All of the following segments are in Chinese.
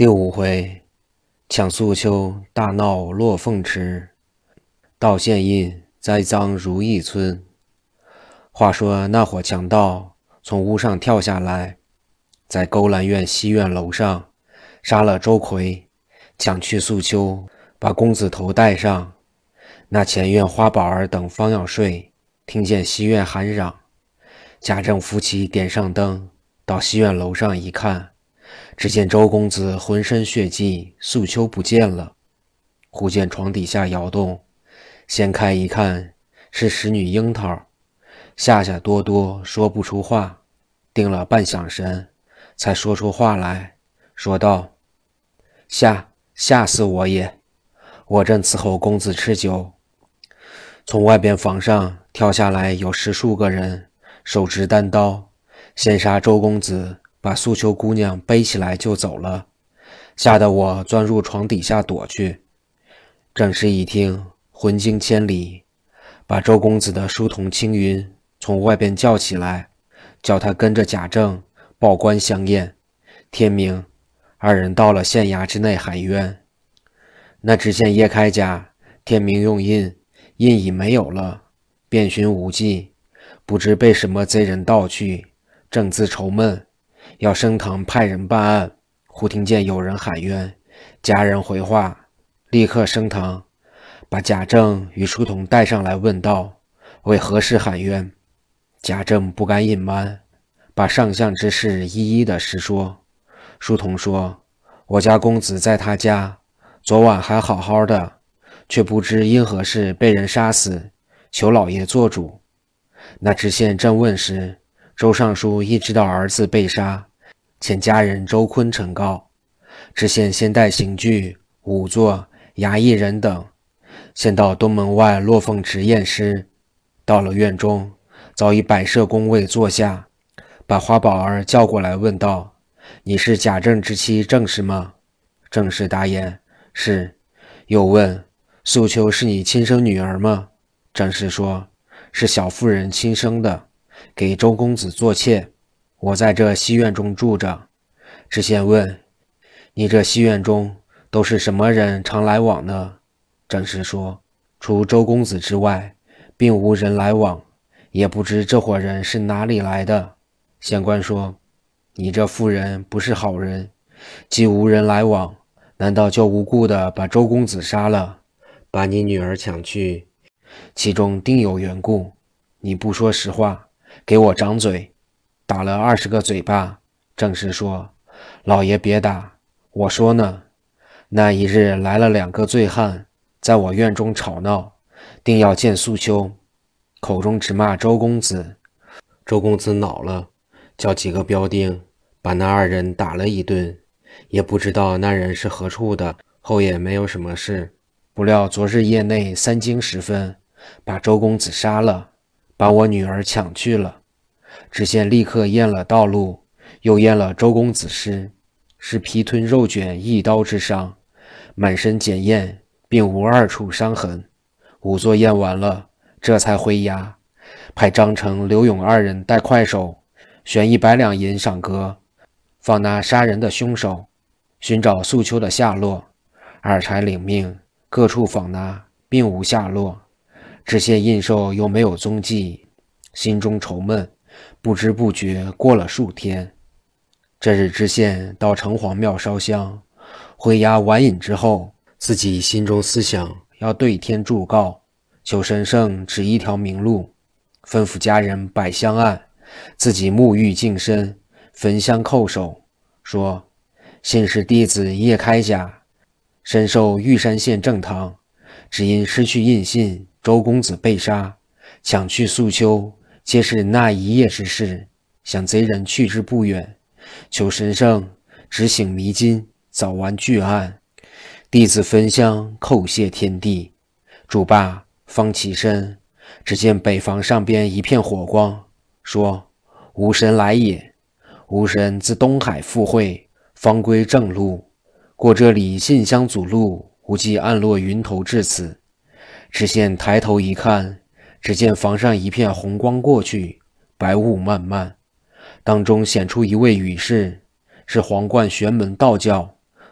第五回，抢素秋，大闹落凤池，盗县印，栽赃如意村。话说那伙强盗从屋上跳下来，在勾栏院西院楼上杀了周奎，抢去素秋，把公子头带上。那前院花宝儿等方要睡，听见西院喊嚷，贾政扶起点上灯，到西院楼上一看，只见周公子浑身血迹，素秋不见了。忽见床底下摇动，掀开一看，是使女樱桃，吓吓哆哆说不出话，定了半晌神，才说出话来，说道：吓死我也！我正伺候公子吃酒，从外边房上跳下来有10数个人，手执单刀，先杀周公子，把素秋姑娘背起来就走了，吓得我钻入床底下躲去。正是一听，魂惊千里，把周公子的书童青云从外边叫起来，叫他跟着贾政报官相验。天明，二人到了县衙之内喊冤。那知县叶开甲，天明用印已没有了，遍寻无迹，不知被什么贼人盗去，正自愁闷，要升堂派人办案。忽听见有人喊冤，家人回话，立刻升堂，把贾政与书童带上来问道，为何事喊冤？贾政不敢隐瞒，把上相之事一一的实说。书童说，我家公子在他家，昨晚还好好的，却不知因何事被人杀死，求老爷做主。那知县正问时，周尚书一知道儿子被杀，遣家人周坤呈告。知县先带刑具、仵作、衙役人等，先到东门外落凤池验尸。到了院中，早已摆设工位坐下，把花宝儿叫过来问道：你是贾政之妻郑氏吗？郑氏答言是。又问：素秋是你亲生女儿吗？郑氏说：是小妇人亲生的，给周公子做妾，我在这西院中住着。知县问：你这西院中都是什么人常来往呢？郑氏说：除周公子之外，并无人来往，也不知这伙人是哪里来的。县官说：你这妇人不是好人，既无人来往，难道就无故的把周公子杀了，把你女儿抢去，其中定有缘故。你不说实话，给我掌嘴！打了20个嘴巴。郑氏说：老爷别打，我说呢，那一日来了2个醉汉，在我院中吵闹，定要见素秋，口中只骂周公子。周公子恼了，叫几个标丁把那2人打了一顿，也不知道那人是何处的，后也没有什么事。不料昨日夜内3更时分，把周公子杀了，把我女儿抢去了。知县立刻验了道路，又验了周公子尸，是皮吞肉卷1刀之伤，满身检验，并无2处伤痕。仵作验完了，这才回衙，派张成、刘勇2人带快手，悬100两银赏格，放那杀人的凶手，寻找素秋的下落。2差领命，各处访拿，并无下落。知县印绶又没有踪迹，心中愁闷，不知不觉过了数天。这日知县到城隍庙烧香，回衙晚饮之后，自己心中思想要对天祝告，求神圣指一条明路，吩咐家人摆香案，自己沐浴净身，焚香叩首，说：信是弟子叶开甲，身受玉山县正堂，只因失去印信，周公子被杀，抢去素秋，皆是那一夜之事，想贼人去之不远，求神圣指醒迷津，早完巨案。弟子焚香叩谢天地。主罢方起身，只见北房上边一片火光，说：吾神来也。吾神自东海赴会，方归正路，过这里信箱阻路，无计暗落云头至此。知县抬头一看，只见房上一片红光过去，白雾漫漫，当中显出一位羽士，是皇冠玄门道教，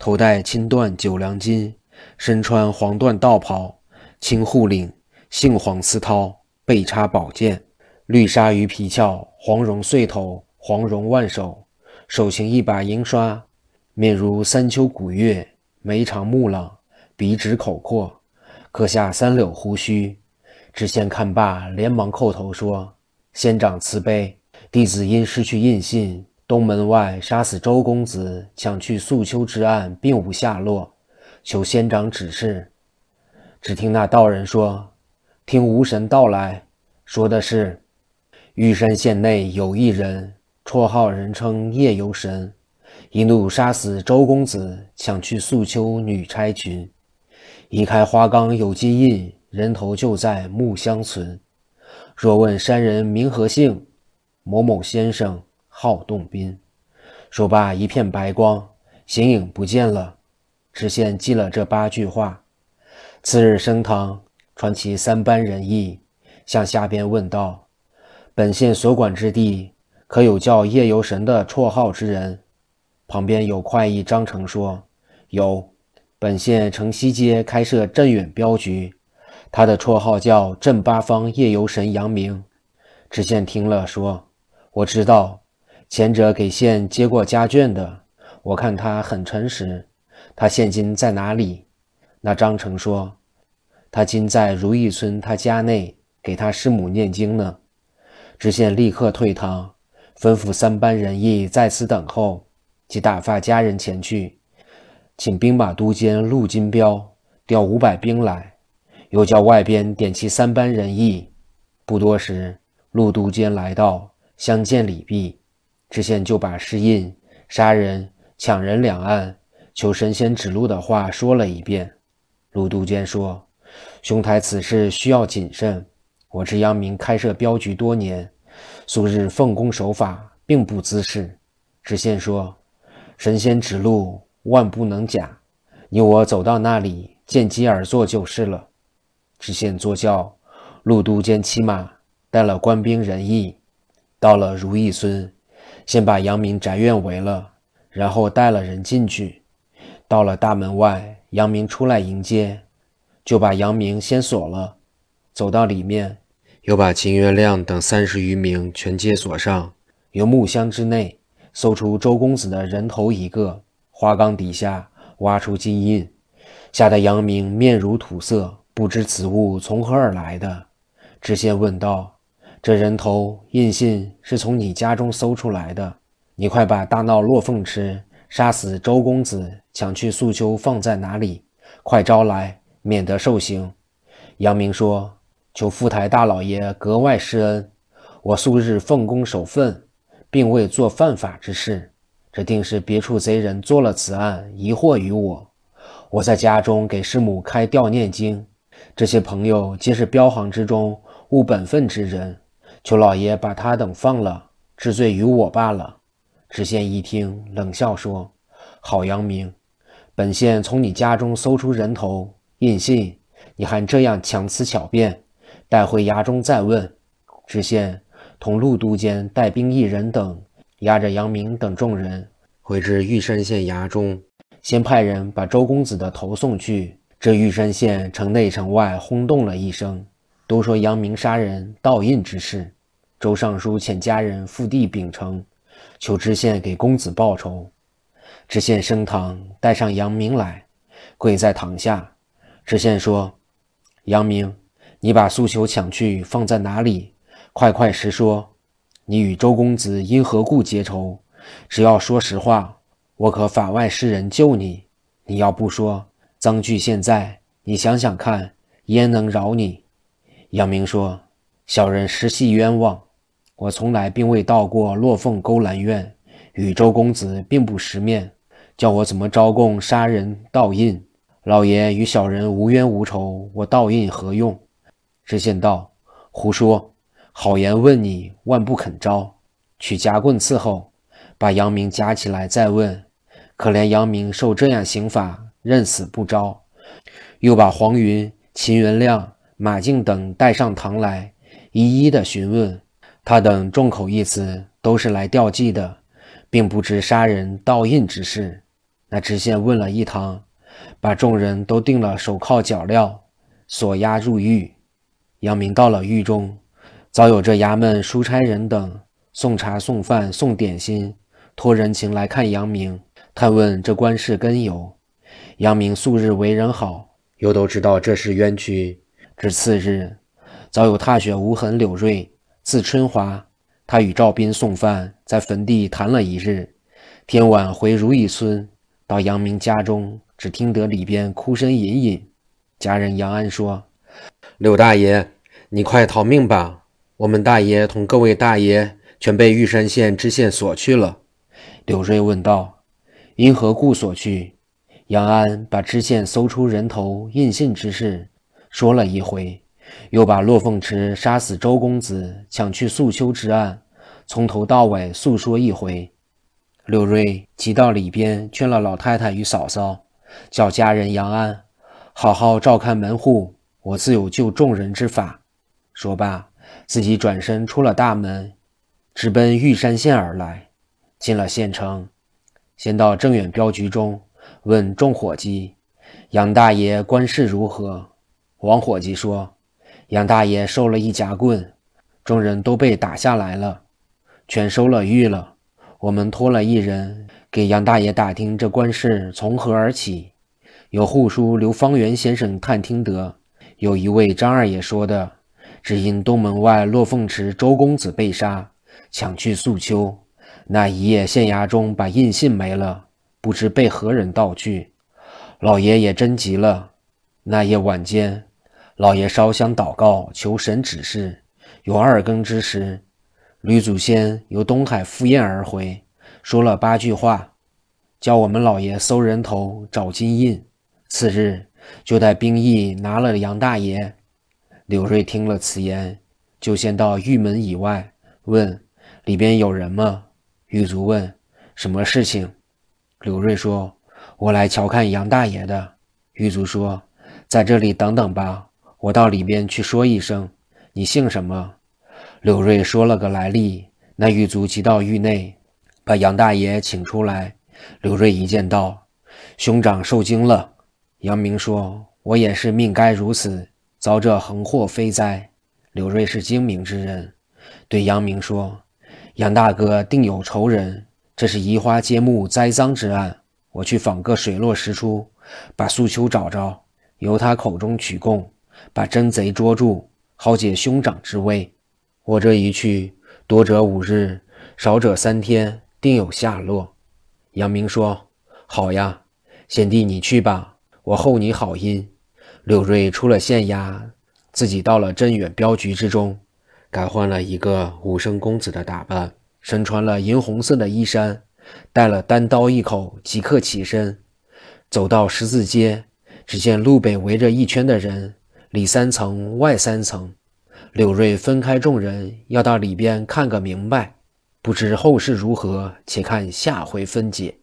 头戴青缎九梁巾，身穿黄缎道袍，青护领，杏黄丝绦，背插宝剑，绿鲨鱼皮鞘，黄绒穗头，黄绒腕手，手擎一把银刷，面如三秋古月，眉长目朗，鼻直口阔，刻下三绺胡须。知县看罢，连忙叩头说：仙长慈悲，弟子因失去印信，东门外杀死周公子，抢去素秋之案并无下落，求仙长指示。只听那道人说：听吴神道来，说的是玉山县内有一人，绰号人称夜游神，一怒杀死周公子，抢去素秋女钗裙，一开花缸有金印，人头就在木箱存。若问山人名何姓，某某先生号洞宾。说罢一片白光，形影不见了。知县记了这8句话。次日升堂，传其3班人役，向下边问道：本县所管之地，可有叫夜游神的绰号之人？旁边有快役张成说：有，本县城西街开设镇远镖局，他的绰号叫镇八方夜游神杨明。知县听了说：我知道，前者给县接过家眷的，我看他很诚实。他现今在哪里？那张成说：他今在如意村他家内，给他师母念经呢。知县立刻退堂，吩咐3班人役在此等候，即打发家人前去，请兵马都监陆金彪调500兵来，又叫外边点其3班人役。不多时，陆都监来到，相见礼毕，知县就把施印、杀人、抢人2案求神仙指路的话说了一遍。陆都监说：兄台此事需要谨慎，我知杨明开设镖局多年，素日奉公守法，并不滋事。知县说：神仙指路万不能假，你我走到那里，见机而作就是了。知县坐轿，陆都监骑马，带了官兵人役，到了如意村，先把杨明宅院围了，然后带了人进去。到了大门外，杨明出来迎接，就把杨明先锁了，走到里面，又把秦元亮等30余名全皆锁上，由木箱之内搜出周公子的人头1个，花缸底下挖出金印，吓得杨明面如土色，不知此物从何而来的。知县问道：这人头印信是从你家中搜出来的，你快把大闹落凤池，杀死周公子，抢去素秋放在哪里？快招来，免得受刑。杨明说：求副台大老爷格外施恩，我素日奉公守分，并未做犯法之事，这定是别处贼人做了此案，疑惑于我。我在家中给师母开吊念经，这些朋友皆是镖行之中务本分之人，求老爷把他等放了，治罪于我罢了。知县一听，冷笑说：好杨明，本县从你家中搜出人头印信，你还这样强词巧辩，带回衙中再问。知县同陆都监带兵1人等，押着杨明等众人回至玉山县衙中，先派人把周公子的头送去。这玉山县城内城外轰动了一声，都说杨明杀人盗印之事。周尚书遣家人赴地秉承，求知县给公子报仇。知县升堂，带上杨明来，跪在堂下。知县说：杨明，你把素秋抢去放在哪里？快实说，你与周公子因何故结仇？只要说实话，我可法外施人救你。你要不说，赃据现在，你想想看，焉能饶你？杨明说：小人实系冤枉，我从来并未到过落凤勾栏院，与周公子并不识面，叫我怎么招供杀人盗印？老爷与小人无冤无仇，我盗印何用？知县道：胡说，好言问你，万不肯招，取夹棍伺候，把杨明夹起来再问。可怜杨明受这样刑罚，认死不招。又把黄云、秦元亮、马静等带上堂来，一一的询问。他等众口一词，都是来吊祭的，并不知杀人盗印之事。 那知县问了一堂，把众人都定了手铐脚镣，锁押入狱。杨明到了狱中，早有这衙门书差人等送茶送饭送点心，托人情来看杨明，探问这官事根由。杨明素日为人好，又都知道这是冤屈。至次日，早有踏雪无痕柳瑞，字春华，他与赵斌送饭，在坟地谈了一日。天晚回如意村，到杨明家中，只听得里边哭声隐隐。家人杨安说：“柳大爷，你快逃命吧！我们大爷同各位大爷全被玉山县知县锁去了。”柳瑞问道：“因何故所去？”杨安把知县搜出人头印信之事说了一回，又把骆凤池杀死周公子抢去素秋之案从头到尾诉说一回。柳瑞急到里边劝了老太太与嫂嫂，叫家人杨安好好照看门户，我自有救众人之法。说罢，自己转身出了大门，直奔玉山县而来。进了县城，先到正远镖局中问众伙计：“杨大爷官事如何？”王伙计说：“杨大爷受了一夹棍，众人都被打下来了，全收了狱了。我们托了一人给杨大爷打听这官事从何而起。有户书刘方圆先生探听得，有一位张二爷说的，只因东门外骆凤池周公子被杀，抢去素秋，那一夜县衙中把印信没了，不知被何人盗去。老爷也真急了。那夜晚间，老爷烧香祷告求神指示，有2更之时，吕祖先由东海赴宴而回，说了8句话，叫我们老爷搜人头找金印。次日就带兵役拿了杨大爷。柳瑞听了此言，就先到狱门以外问：“里边有人吗？”狱卒问：“什么事情？”柳瑞说：“我来瞧看杨大爷的。”狱卒说：“在这里等等吧，我到里边去说一声。你姓什么？”柳瑞说了个来历。那狱卒即到狱内，把杨大爷请出来。柳瑞一见道：“兄长受惊了。”杨明说：“我也是命该如此，遭这横祸非灾。”柳瑞是精明之人，对杨明说：“杨大哥定有仇人，这是移花接木栽赃之案，我去访个水落石出，把素秋找着，由他口中取供，把真贼捉住，好解兄长之危。我这一去，多者5日，少者3天，定有下落。”杨明说：“好呀，贤弟你去吧，我候你好音。”柳瑞出了县衙，自己到了镇远镖局之中，改换了一个武生公子的打扮，身穿了银红色的衣衫，带了单刀一口，即刻起身，走到十字街，只见路北围着一圈的人，里3层外3层。柳瑞分开众人，要到里边看个明白。不知后事如何，且看下回分解。